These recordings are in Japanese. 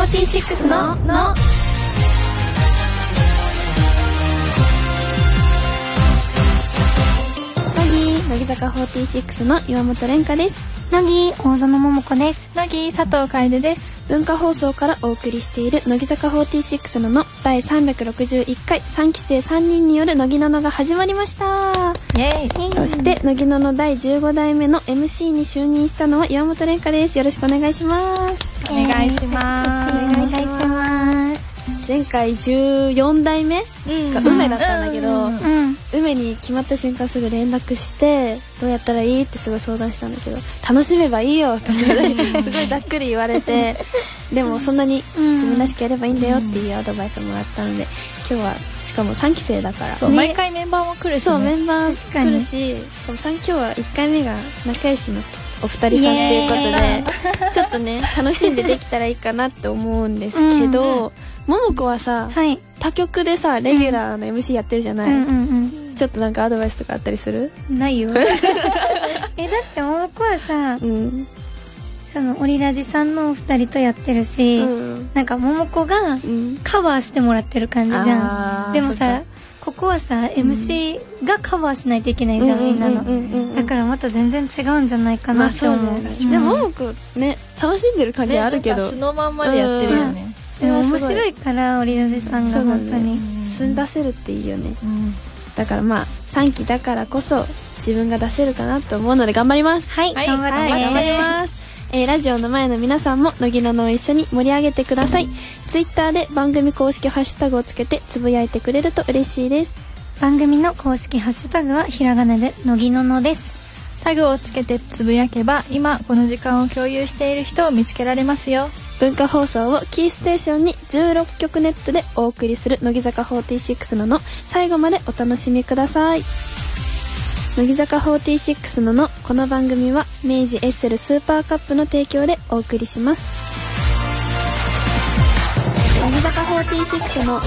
46の乃木坂46の岩本蓮香です。 乃木大園桃子です。 乃木佐藤楓です。 文化放送からお送りしている乃木坂46の第361回3期生3人による乃木ののが始まりました。 イエーイ。 そして乃木のの第15代目の MC に就任したのは岩本蓮香です。よろしくお願いします。 お願いします。 お願いします。 前回14代目が梅だったんだけど、梅に決まった瞬間すぐ連絡してどうやったらいいってすごい相談したんだけど、楽しめばいいよってすごいざっくり言われてでもそんなに自分らしくやればいいんだよっていうアドバイスをもらったので、今日はしかも3期生だから、 そう、毎回メンバーも来るし、ね、 そうメンバー来るし、しかも今日は1回目が仲良しのお二人さんっていうことでちょっとね楽しんでできたらいいかなって思うんですけど、桃子はさ、他局でさレギュラーの MC やってるじゃない、ちょっとなんかアドバイスとかあったりする？ ないよだって桃子はさ、そのオリラジさんのお二人とやってるし、なんか桃子がカバーしてもらってる感じじゃん。でもさここはさ、MC がカバーしないといけないじゃん、みんなの。だからまた全然違うんじゃないかなって思う。 でも桃子ね楽しんでる感じあるけど、 そのまんまでやってるよね。 でも面白いからオリラジさんが本当に素出せるっていいよね。だからまあ3期だからこそ自分が出せるかなと思うので頑張ります。 はい、頑張ります。ラジオの前の皆さんも乃木ののを一緒に盛り上げてください。ツイッターで番組公式ハッシュタグをつけてつぶやいてくれると嬉しいです。 番組の公式ハッシュタグはひらがなで乃木ののです。 タグをつけてつぶやけば今この時間を共有している人を見つけられますよ。 文化放送をキーステーションに16曲ネットでお送りする乃木坂46の最後までお楽しみください。乃木坂46のこの番組は明治エッセルスーパーカップの提供でお送りします。乃木坂46の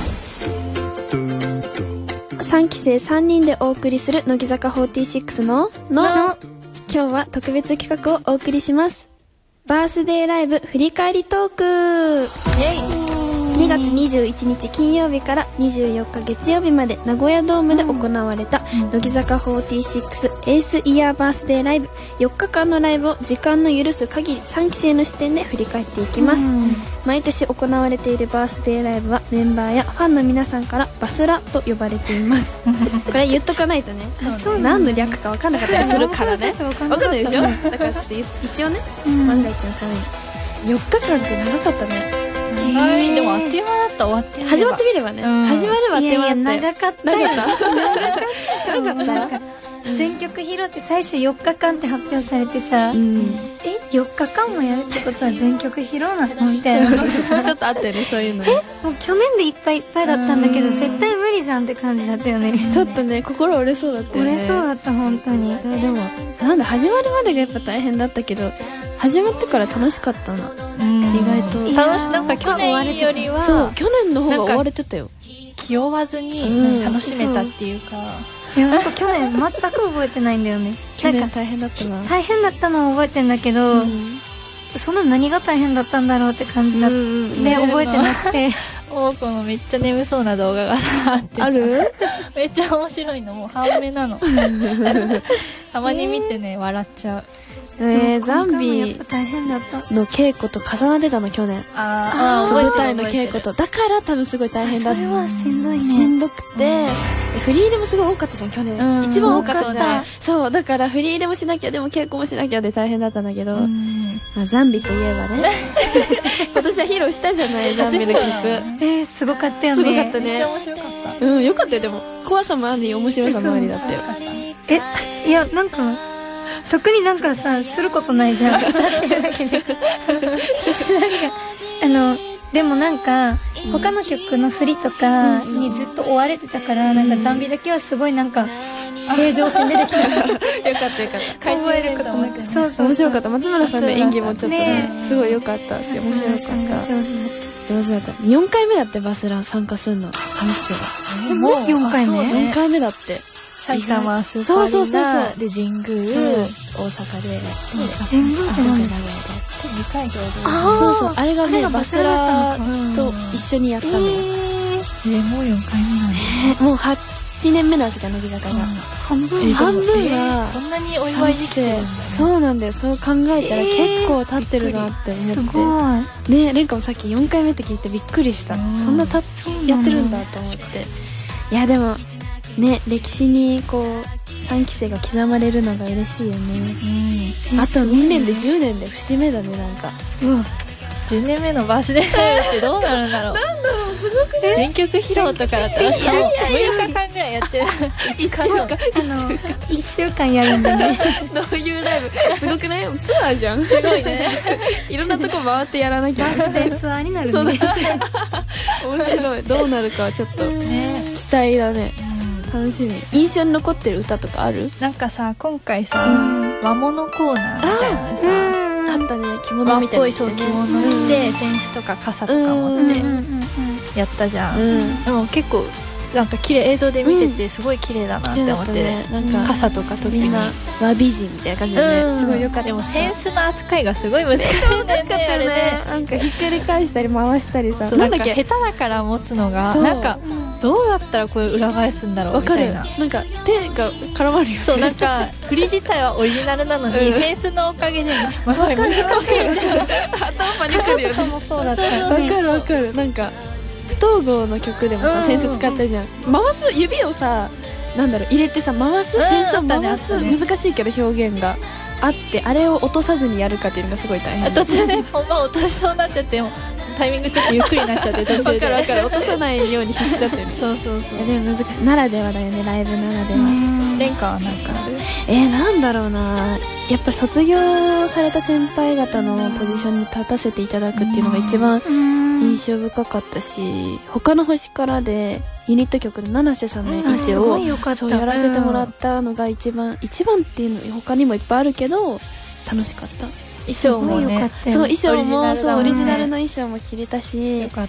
3期生3人でお送りする乃木坂46の今日は特別企画をお送りします。バースデーライブ振り返りトーク。 イエイ。 2月21日金曜日から24日月曜日まで名古屋ドームで行われた乃木坂46エースイヤーバースデーライブ。4日間のライブを時間の許す限り3期生の視点で振り返っていきます。毎年行われているバースデーライブはメンバーやファンの皆さんからバスラと呼ばれていますこれ言っとかないとね何の略か分かんなかったりするからね分かんないでしょ。だからちょっと一応ね、万が一のために4日間って長かったね。 でもあっという間だった。終わって始まってみればね、始まればあっという間だったよ。 長かったよ。長かった。全曲披露って最初4日間って発表されてさ、4日間もやるってことは全曲披露なのみたいなちょっとあったよねそういうの。 もう去年でいっぱいいっぱいだったんだけど絶対無理じゃんって感じだったよね。 ちょっとね心折れそうだったよね。 折れそうだった本当に。 でもなんだ始まるまでがやっぱ大変だったけど始まってから楽しかったな。意外と楽しい。なんか去年よりはそう去年の方が追われてたよ。 気負わずに楽しめたっていうか、 いやなんか去年全く覚えてないんだよね。 去年大変だったな。 大変だったのは覚えてんだけど、その何が大変だったんだろうって感じだって覚えてなくて桃子のめっちゃ眠そうな動画があってあるめっちゃ面白いの。もう半目なのたまに見てね笑っちゃう。 ザンビ大変だったの稽古と重なってたの去年。舞台の稽古とだから多分すごい大変だった。 それはしんどいね。 しんどくて、フリーでもすごい多かったじゃん去年。一番多かったじゃん。そうだからフリーでもしなきゃでも稽古もしなきゃで大変だったんだけど、ザンビといえばね今年は披露したじゃないザンビの曲。 すごかったよね。 すごかったね。 めっちゃ面白かった。 よかったよ。でも怖さもあり面白さもありだったよ。 いやなんか特になんかさすることないじゃん歌ってるだけでなんかでもなんか他の曲の振りとかにずっと追われてたからなんかザンビだけはすごいなんか平常心でできたよかったよかった覚えることなく。 そう面白かった。松村さんの演技もちょっとねすごい良かったし面白かった。上手だった。4回目だってバスラ参加するの3期生が。 もう4回目 4回目だって。 埼玉スーパーアリーナで神宮大阪で神宮って何？ 二階堂々。 そうそう、あれがね、バスラと一緒にやったのよ。 もう4回目なんだ。 もう8年目なわけじゃん、乃木坂が。半分は、 そんなにお祝いできてるんだね。 そうなんだよ、そう考えたら結構経ってるなって思って。 すごい。 ね、レンカもさっき4回目って聞いてびっくりした。そんなやってるんだと思って。いや、でも、ね、歴史にこう、3期生が刻まれるのが嬉しいよね。あと2年で10年で節目だね、なんか。 10年目のバースデーライブってどうなるんだろう。 なんだろう、すごくね。 全曲披露とかだったらさ、6日間ぐらいやってる。 1週間やるんだね。 どういうライブすごくない？ツアーじゃん。すごいね。いろんなとこ回ってやらなきゃ。 バースデーツアーになるね。そうだね。 面白い。どうなるかはちょっと期待だね。楽しみ。印象に残ってる歌とかある？ なんかさ、今回さ、和物コーナーみたいなのさ、 あったね、着物みたいな、ね、 着物着て、扇子とか傘とか持ってやったじゃん。でも結構なんか綺麗、映像で見ててすごい綺麗だなって思って、なんか傘とか特に和美人みたいな感じでね、すごい良かった。 でも扇子の扱いがすごい難しいんだよね、あれね。 なんかひっくり返したり回したりさ、 なんか下手だから持つのがなんかどうやったらこれ裏返すんだろうみたいな。 なんか手が絡まるよね。 そう、なんか振り自体はオリジナルなのに扇子のおかげで難しい。 頭パニクるよね。 もそうだった。 わかる。なんか不統合の曲でもさ、扇子使ったじゃん。回す指をさ、なんだろう、入れてさ、回す扇子を回す、難しいけど表現があって、あれを落とさずにやるかっていうのがすごい大変。 途中で本番落としそうになっててもタイミングちょっとゆっくりになっちゃって、途中でわかる落とさないように必死だったよね。 そうでも難しい、ならではだよね、ライブならでは。 レンカはなんかある？ なんだろうな、やっぱ卒業された先輩方のポジションに立たせていただくっていうのが一番印象深かったし、他の星からでユニット曲で七瀬さんの衣装をそうやらせてもらったのが一番っていうの他にもいっぱいあるけど楽しかった。 衣装もね、 そう、衣装もそうオリジナルの衣装も着れたし、 よかった。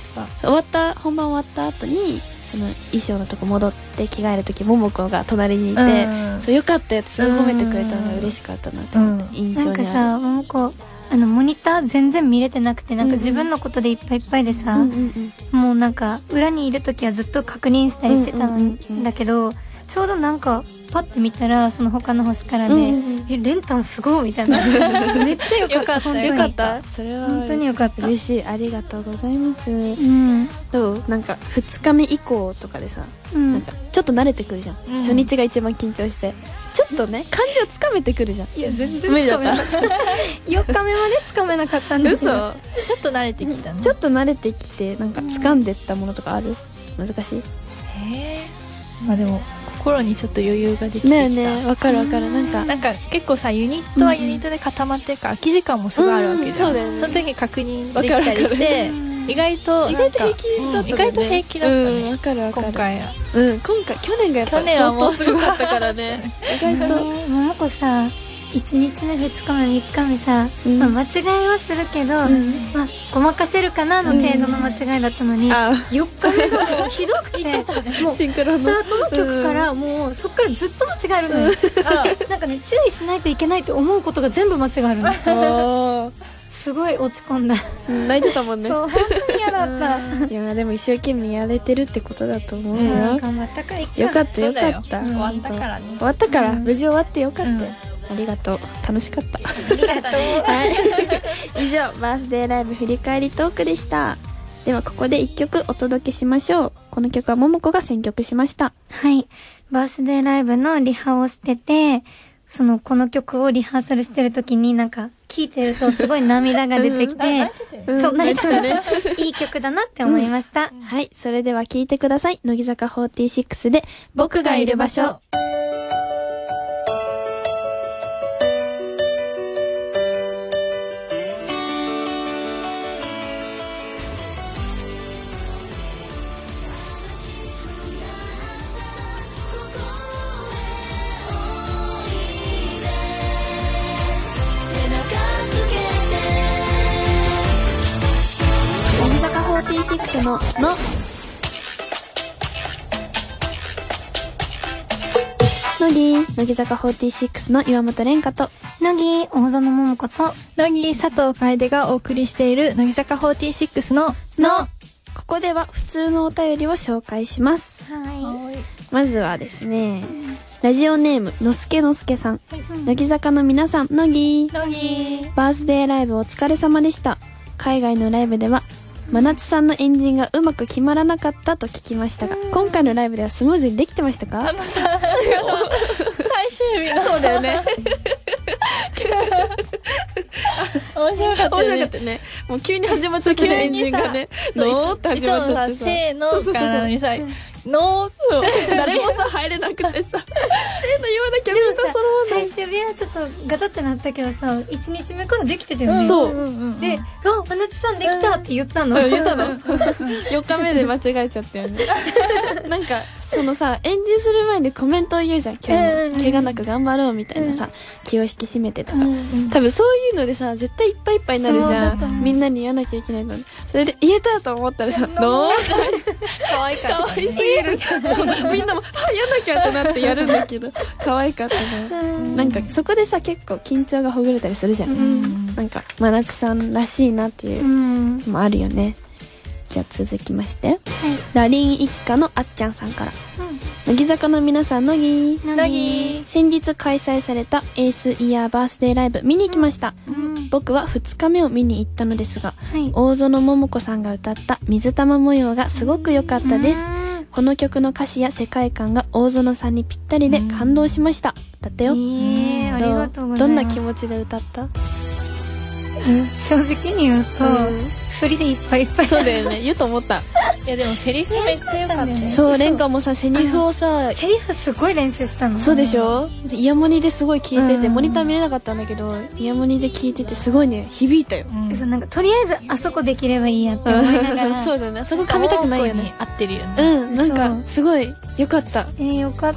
本番終わった後にその衣装のとこ戻って着替える時桃子が隣にいて、そうよかったよってすごい褒めてくれたのが嬉しかったなって思って、印象にある。 なんかさ、桃子モニター全然見れてなくて、なんか自分のことでいっぱいいっぱいでさ、もうなんか裏にいる時はずっと確認したりしてたんだけど、ちょうどなんかパッて見たらその他の星からで、レンタンすごいみたいな。めっちゃよかった。 よかった。それは本当によかった。 嬉しい、ありがとうございます。どう？なんか2日目以降とかでさ、なんかちょっと慣れてくるじゃん。初日が一番緊張して、ちょっとね感じをつかめてくるじゃん。 いや全然無理だった。4日目までつかめなかったんですよ。 ちょっと慣れてきたね。 ちょっと慣れてきて、なんか掴んでったものとかある？難しい？ まあでも心にちょっと余裕ができてきた。 ね、わかる。 なんか結構さ、ユニットはユニットで固まってるから空き時間もすごいあるわけじゃん。そうだよね。その時に確認できたりして、意外と平気だったね。意外と平気だったね。 わかる。 今回は。 去年がやっぱ相当すごかったからね。意外と。 桃子さ、1日目2日目3日目さ、間違いはするけど、ごまかせるかなの程度の間違いだったのに、4日目がもうひどくて、もうスタートの曲からもうそっからずっと間違えるのよ。なんかね、注意しないといけないって思うことが全部間違えるの。すごい落ち込んだ。 泣いてたもんね。 そう、本当に嫌だった。 いや、でも一生懸命やれてるってことだと思うよ。 頑張ったからいいか。 よかった。 終わったからね。 終わったから、無事終わってよかったよ。ありがとう、楽しかった。 ありがとう。 以上、バースデーライブ振り返りトークでした。ではここで1曲お届けしましょう。この曲は桃子が選曲しました。 はい、バースデーライブのリハをしてて、この曲をリハーサルしてる時になんか聴いてるとすごい涙が出てきて、そう泣いてたね。いい曲だなって思いました。 はい、それでは聴いてください。乃木坂46で僕がいる場所。46の乃木乃木坂46の岩本蓮香と乃木大園桃子と乃木佐藤楓がお送りしている乃木坂46のここでは普通のお便りを紹介します。 はい。 まずはですね、ラジオネームのすけのすけさん、乃木坂の皆さん、乃木バースデーライブお疲れ様でした。海外のライブでは真夏さんのエンジンがうまく決まらなかったと聞きましたが、今回のライブではスムーズにできてましたか？ 最終日のそうだよね。 面白かった面白かったね。もう急に始まった時のエンジンがね、ノーって始まっちゃってさ、 せーのからなのにさ、ノー誰もさ入れなくてさ、せーの言わなきゃみんな揃わない。 最終日はちょっとガタってなったけどさ、1日目からできてたよね。 そう。 で、真夏さんできたって言ったの。 言ったの4日目で間違えちゃったよね。なんかそのさ、演じする前にコメントを言うじゃん。今日も怪我なく頑張ろうみたいなさ、気を引き締めてとか、多分そういうのでさ、絶対いっぱいいっぱいになるじゃん。みんなに言わなきゃいけないのに、それで言えたと思ったらさ、ノー可愛かった。 可愛すぎる。みんなもやんなきゃってなってやるんだけど、可愛かったな。なんかそこでさ、結構緊張がほぐれたりするじゃん。なんか真夏さんらしいなっていうのもあるよね。じゃあ続きまして、ラリン一家のあっちゃんさんから、乃木坂の皆さん、乃木先日開催されたエースイヤーバースデーライブ見に行きました。僕は2日目を見に行ったのですが、大園桃子さんが歌った水玉模様がすごく良かったです。この曲の歌詞や世界観が大園さんにぴったりで感動しました。だってよ。 ありがとうございます。 どんな気持ちで歌った？ 正直に言うと、振りでいっぱいいっぱい。 そうだよね。言うと思った。 いやでもセリフめっちゃ良かったね。 そう、蓮香もさ、セリフをさ、 セリフすごい練習したの。 そうでしょ？イヤモニですごい聞いてて、モニター見れなかったんだけど、イヤモニで聞いててすごいね、響いたよ。 なんかとりあえずあそこできればいいやって思いながら。 そうだね。そこ噛みたくないよね。 合ってるよね。 なんかすごい良かった。 よかった。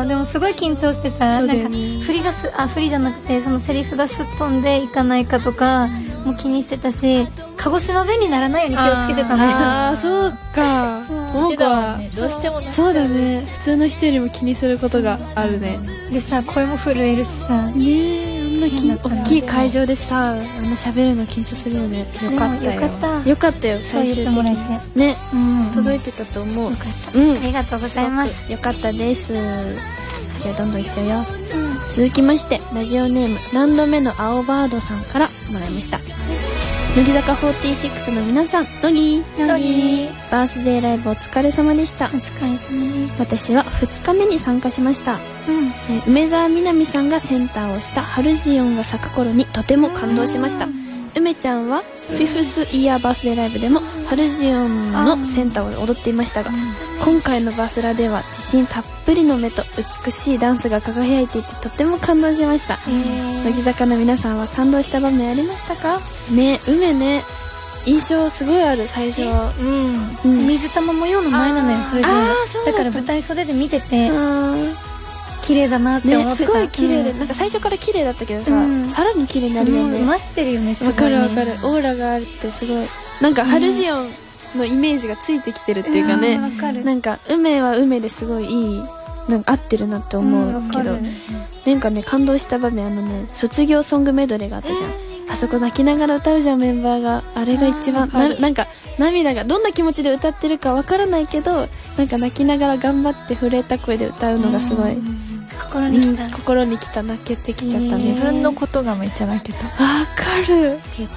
でもすごい緊張してさ、なんか振りじゃなくてそのセリフがすっ飛んでいかないかとかも気にしてたし、鹿児島弁にならないように気をつけてたんだよ。 ああ、そうか。桃子はどうしてもそうだね。普通の人よりも気にすることがあるね。 でさ、声も震えるしさ。 ねえ、あんな大きい会場でさ、あんな喋るの緊張するよね。よかったよ。よかったよ、最終的に。ね、届いてたと思う。 よかった。ありがとうございます。 よかったです。じゃあどんどんいっちゃうよ。続きまして、ラジオネーム何度目の青バードさんからもらいました。乃木坂46の皆さん、乃木バースデーライブお疲れ様でした。 お疲れ様です。 私は2日目に参加しました。梅澤美波さんがセンターをしたハルジオンが咲く頃にとても感動しました。梅ちゃんはフィフスイヤーバースデーライブでもハルジオンのセンターを踊っていましたが、今回のバスラでは自信たっぷりの目と美しいダンスが輝いていてとても感動しました。乃木坂の皆さんは感動した場面ありましたかね。梅ね、印象すごいある。最初水玉模様の前なのよ、ハルジオン。だから舞台袖で見てて綺麗だなって思ってた。 すごい綺麗で、なんか最初から綺麗だったけどさ、さらに綺麗になるよね。 増してるよね。 わかるわかる。オーラがあるってすごい、なんかハルジオンのイメージがついてきてるっていうかね。なんか梅は梅ですごいいい、なんか合ってるなって思うけど、なんかね、感動した場面、卒業ソングメドレーがあったじゃん。あそこ泣きながら歌うじゃん、メンバーが。あれが一番なんか涙がどんな気持ちで歌ってるかわからないけど、なんか泣きながら頑張って震えた声で歌うのがすごい心にきた。泣けてきちゃったね。 自分のことがめっちゃ泣けた。 わかる。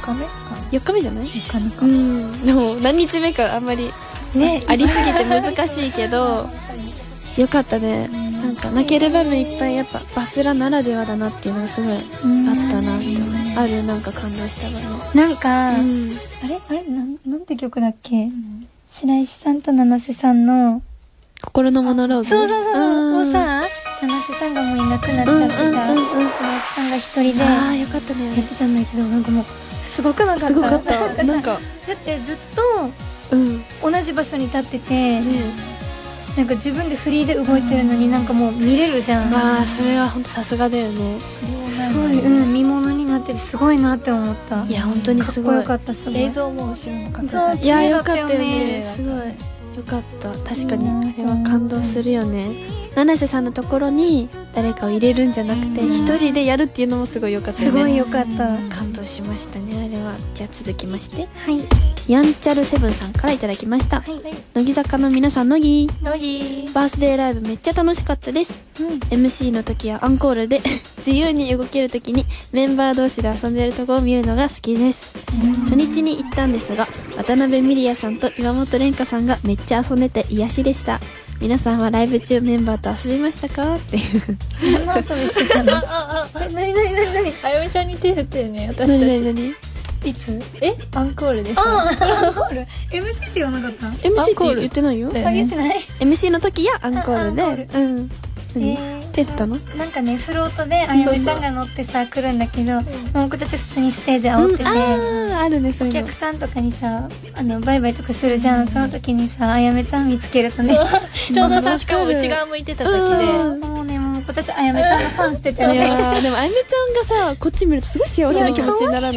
4日目じゃない？ 4日目か。 でも何日目かあんまりね、ありすぎて難しいけどよかったね。なんか泣ける場面いっぱい、やっぱバスラならではだなっていうのがすごいあったなってある。なんか感動した場面。 なんか、あれなんて曲だっけ？白石さんと七瀬さんの心のモノローグ。 そうをさ、七瀬さんがもういなくなっちゃってた。白石さんが一人でよかったね、 やってたんだけど、なんかもうすごくなかった。 すごかった。なんかだってずっと同じ場所に立ってて、なんか自分でフリーで動いてるのになんかもう見れるじゃん。 それは本当さすがだよね。 すごい、見物になっててすごいなって思った。 いや本当にすごい。 かっこよかった。すごい。 映像も後ろのかっこよかった。 いやよかったよね。すごいよかった。確かにあれは感動するよね。 七瀬さんのところに誰かを入れるんじゃなくて一人でやるっていうのもすごい良かったよね。 すごい良かった。 感動しましたね、あれは。じゃあ続きまして、 はい、 やんちゃるセブンさんからいただきました。はい、乃木坂の皆さん、乃木バースデーライブめっちゃ楽しかったです。MC の時やアンコールで自由に動ける時にメンバー同士で遊んでるとこを見るのが好きです。初日に行ったんですが、渡辺美里也さんと岩本蓮加さんがめっちゃ遊んでて癒しでした。皆さんはライブ中メンバーと遊びましたかっていう。 何遊びしてたの？何あやめちゃんに手振ってるね、私たち。 何いつ？アンコールです。 アンコール MC って言わなかった？ MC って言ってないよ。 言ってない？ MC の時やアンコールで、手振ったの？なんかね、フロートであやめちゃんが乗ってさ来るんだけど、もう僕たち普通にステージ煽ってて、 あるね、そういうの。 お客さんとかにさバイバイとかするじゃん。その時にさあやめちゃん見つけるとねちょうどさ、しかも内側向いてた時で、 もうね、もう僕たちあやめちゃんのファンしててね。 いやでもあやめちゃんがさこっち見るとすごい幸せな気持ちにならない？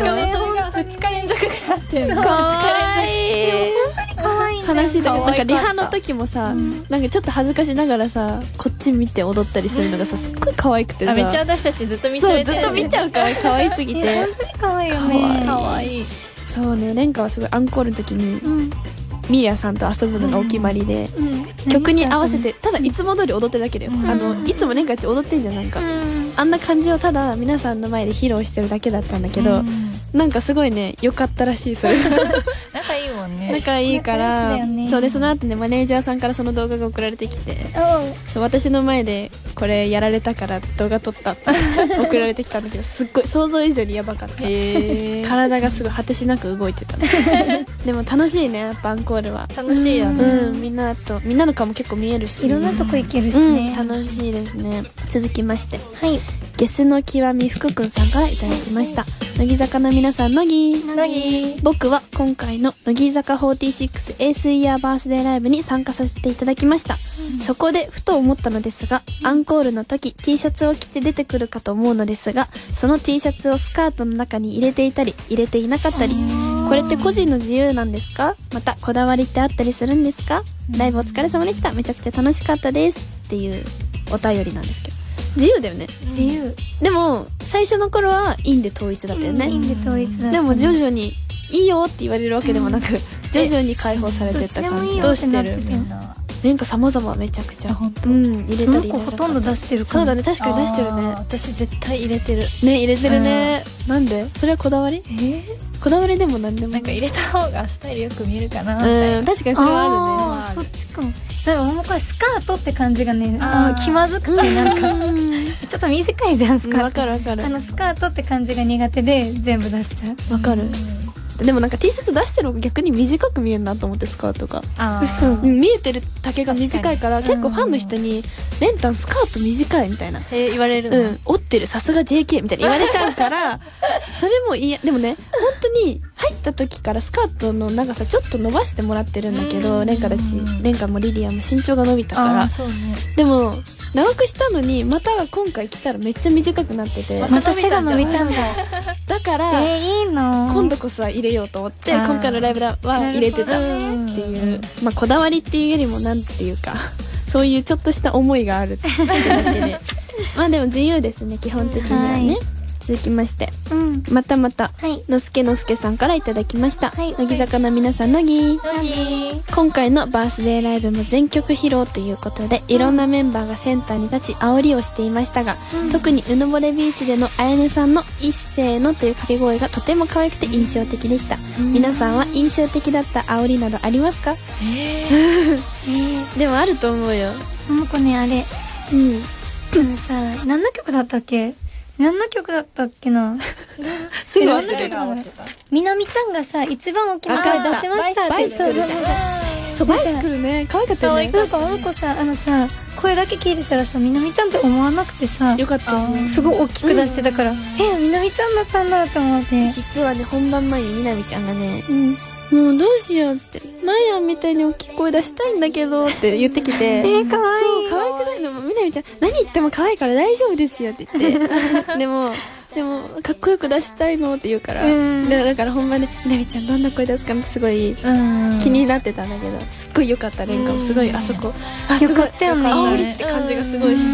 2日連続ぐらいあってかわいい。 本当に可愛い。 話でなんかリハの時もさ、なんかちょっと恥ずかしながらさこっち見て踊ったりするのがさすっごい可愛くてさ、 めっちゃ私たちずっと見ちゃう。 そう、ずっと見ちゃうから可愛すぎて。 本当に可愛いよね。 可愛い。 そうね、蓮加はすごいアンコールの時にミリアさんと遊ぶのがお決まりで、曲に合わせてただいつも通り踊ってるだけだよ。いつも蓮加ち踊ってんじゃん、なんかあんな感じをただ皆さんの前で披露してるだけだったんだけど、なんかすごいね良かったらしい。それ仲いいもんね。 仲いいから、そうで、その後ねマネージャーさんからその動画が送られてきて、そう私の前でこれやられたから動画撮ったって送られてきたんだけど、すっごい想像以上にやばかった。体がすごい果てしなく動いてたでも楽しいね、やっぱアンコールは。 楽しいよね。 みんなの顔も結構見えるし、 いろんなとこ行けるしね、 楽しいですね。続きまして、はい、ゲスの極み福くんさんからいただきました。乃木坂の皆さん、乃木。僕は今回の乃木坂46エースイヤーバースデーライブに参加させていただきました。そこでふと思ったのですが、アンコールの時 T シャツを着て出てくるかと思うのですが、その T シャツをスカートの中に入れていたり入れていなかったり、これって個人の自由なんですか？またこだわりってあったりするんですか？ライブお疲れ様でした。めちゃくちゃ楽しかったですっていうお便りなんですけど、自由だよね。 自由。 でも最初の頃はインで統一だったよね。 インで統一だったね。 でも徐々にいいよって言われるわけでもなく、徐々に解放されてった感じ。 どうしてるみんな？ なんか様々めちゃくちゃ入れたり。 ほとんど出してるかも。 そうだね、確かに出してるね。 私絶対入れてるね。 入れてるね。なんで？それはこだわり？こだわりでもなんでもなんか入れた方がスタイルよく見えるかなみたいな。 確かにそれはあるね。そっちかも。なんかもうこれスカートって感じがね、気まずくて、なんかちょっと短いじゃん、スカート。 わかるわかる。 スカートって感じが苦手で全部出しちゃう。 わかる。でもなんか T シャツ出してる方が逆に短く見えるなと思って、スカートが。見えてる丈が短いから、結構ファンの人に「レンタンスカート短い」みたいな言われるの。 折ってる、さすが JK みたいな言われちゃうからそれも嫌。でもね、本当に入った時からスカートの長さちょっと伸ばしてもらってるんだけど、レンカもリリアも身長が伸びたから。でも長くしたのにまた今回着たらめっちゃ短くなってて、 また背が伸びたんだ。 だからいいの？ 今度こそは入れようと思って今回のライブは入れてたっていう、まあこだわりっていうよりもなんていうかそういうちょっとした思いがあるってだけでまあでも自由ですね、基本的にはね。続きまして、またのすけさんからいただきました。乃木坂の皆さん、乃木。今回のバースデーライブも全曲披露ということで、いろんなメンバーがセンターに立ち煽りをしていましたが、特にうぬぼれビーチでのあやねさんの一斉のという掛け声がとても可愛くて印象的でした。皆さんは印象的だった煽りなどありますか？でもあると思うよ。 もうこれね、あれさ、何の曲だったっけなすぐ忘れる。 みなみちゃんがさ、一番大きな声出しましたって。 バイシクルじゃん。そう、バイシクルね、可愛かったよね。 なんかもこさ、声だけ聞いてたらさ、みなみちゃんって思わなくてさ、 よかったよね。 すごい大きく出してたから、みなみちゃんだったんだと思って。 実はね、本番前にみなみちゃんがね、 もうどうしようって、マヤみたいに大きい声出したいんだけどって言ってきて、 かわいい。 そう、可愛くないのも、みなみちゃん、何言っても可愛いから大丈夫ですよって言って。でも、かっこよく出したいのって言うから。だからほんまね、みなみちゃんどんな声出すかってすごい気になってたんだけど、すっごい良かった。蓮華もすごい、あそこ、 よかったよね。 煽りって感じがすごいして。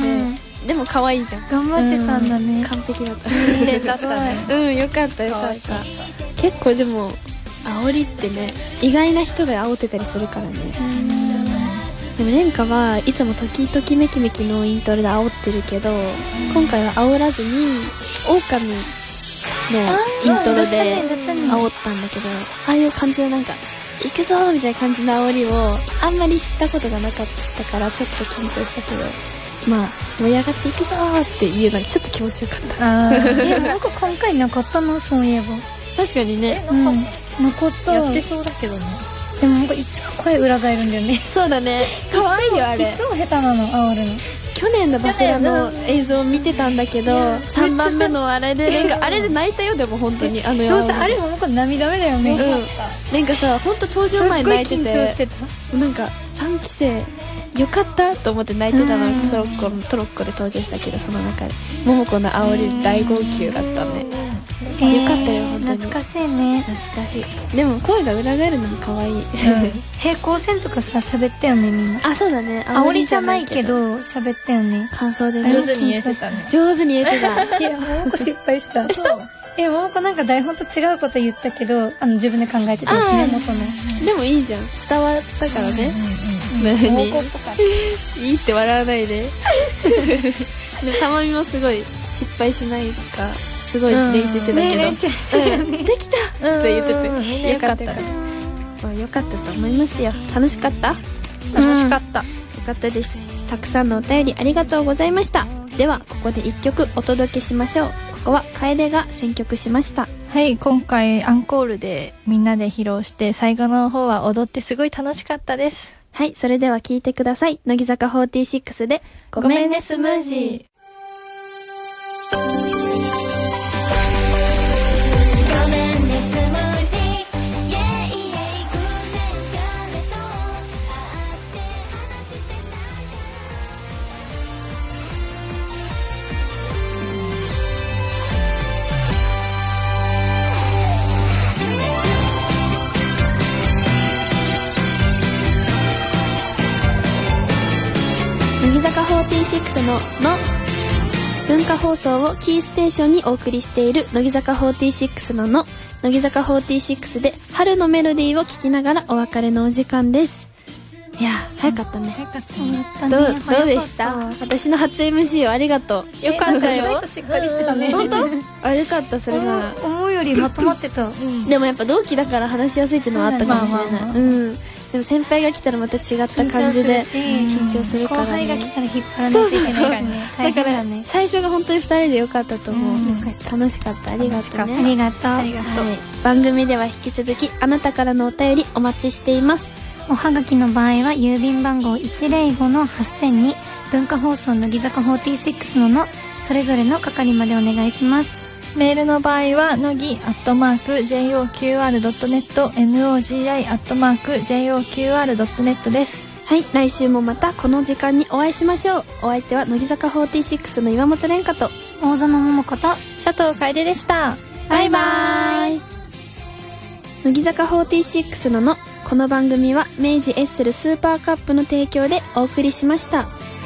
でも可愛いじゃん。 頑張ってたんだね。 完璧だった。 綺麗だったね。 よかった。結構でも、煽りってね、意外な人が煽ってたりするからね。でも蓮華はいつも時々めきめきのイントロで煽ってるけど、今回は煽らずに狼のイントロで煽ったんだけど、ああいう感じのなんか行くぞーみたいな感じの煽りをあんまりしたことがなかったからちょっと緊張したけど、まあ盛り上がっていくぞーっていうのにちょっと気持ちよかった。 なんか今回なかったの、そういえば。 確かにね、 残った。 やってそうだけどね。 でもなんかいつも声裏返るんだよね。 そうだね、可愛いよあれ。 いつも下手なの、煽るの。 去年のバスラの映像を見てたんだけど、3番目のあれで蓮華あれで泣いたよ。でも本当にでもさ、あれもなんか涙目だよね。 蓮華さ、本当登場前泣いてて、なんか3期生よかったと思って泣いてたのに、トロッコで登場したけど、その中で桃子の煽り大号泣だったね。よかったよ本当に。 懐かしいね。 懐かしい。でも声が裏返るのも可愛い。 平行線とかさ、喋ったよねみんな。 あ、そうだね。 煽りじゃないけど喋ったよね。 感想でね。 上手に言えてたね。 上手に言えてた。 いや、桃子失敗した。桃子なんか台本と違うこと言ったけど、自分で考えてたしね、元の。 でもいいじゃん、伝わったからね。いいって笑わないで。で、たまみもすごい失敗しないかすごい練習してたけど、 練習してたね。 できたって言ってて、よかったね。よかったと思いますよ。楽しかった？ 楽しかった。 よかったです。たくさんのお便りありがとうございました。ではここで1曲お届けしましょう。ここは楓が選曲しました。 はい、今回アンコールでみんなで披露して、最後の方は踊ってすごい楽しかったです。 はい、それでは聴いてください。乃木坂46でごめんねスムージー。乃木坂46の文化放送をキーステーションにお送りしている乃木坂46の乃木坂46で春のメロディーを聴きながらお別れのお時間です。いや早かったね。 早かったね。 どうでした？私の初 MC をありがとう。よかったよ。 意外としっかりしてたね。 本当？あ、よかった。それなら思うよりまとまってた。 でもやっぱ同期だから話しやすいっていうのはあったかもしれない。でも先輩が来たらまた違った感じで緊張するからね。後輩が来たら引っ張らないといけないからね。だから最初が本当に2人でよかったと思う。楽しかった。ありがとうね。 ありがとう。 番組では引き続きあなたからのお便りお待ちしています。 おはがきの場合は郵便番号 105-8000 に文化放送乃木坂46のそれぞれの係までお願いします。 メールの場合は乃木@joqr.net nogi@joqr.net です。 はい、来週もまたこの時間にお会いしましょう。お相手は乃木坂46の岩本蓮香と大園桃子と佐藤楓でした。 バイバーイ。乃木坂46のこの番組は明治エッセルスーパーカップの提供でお送りしました。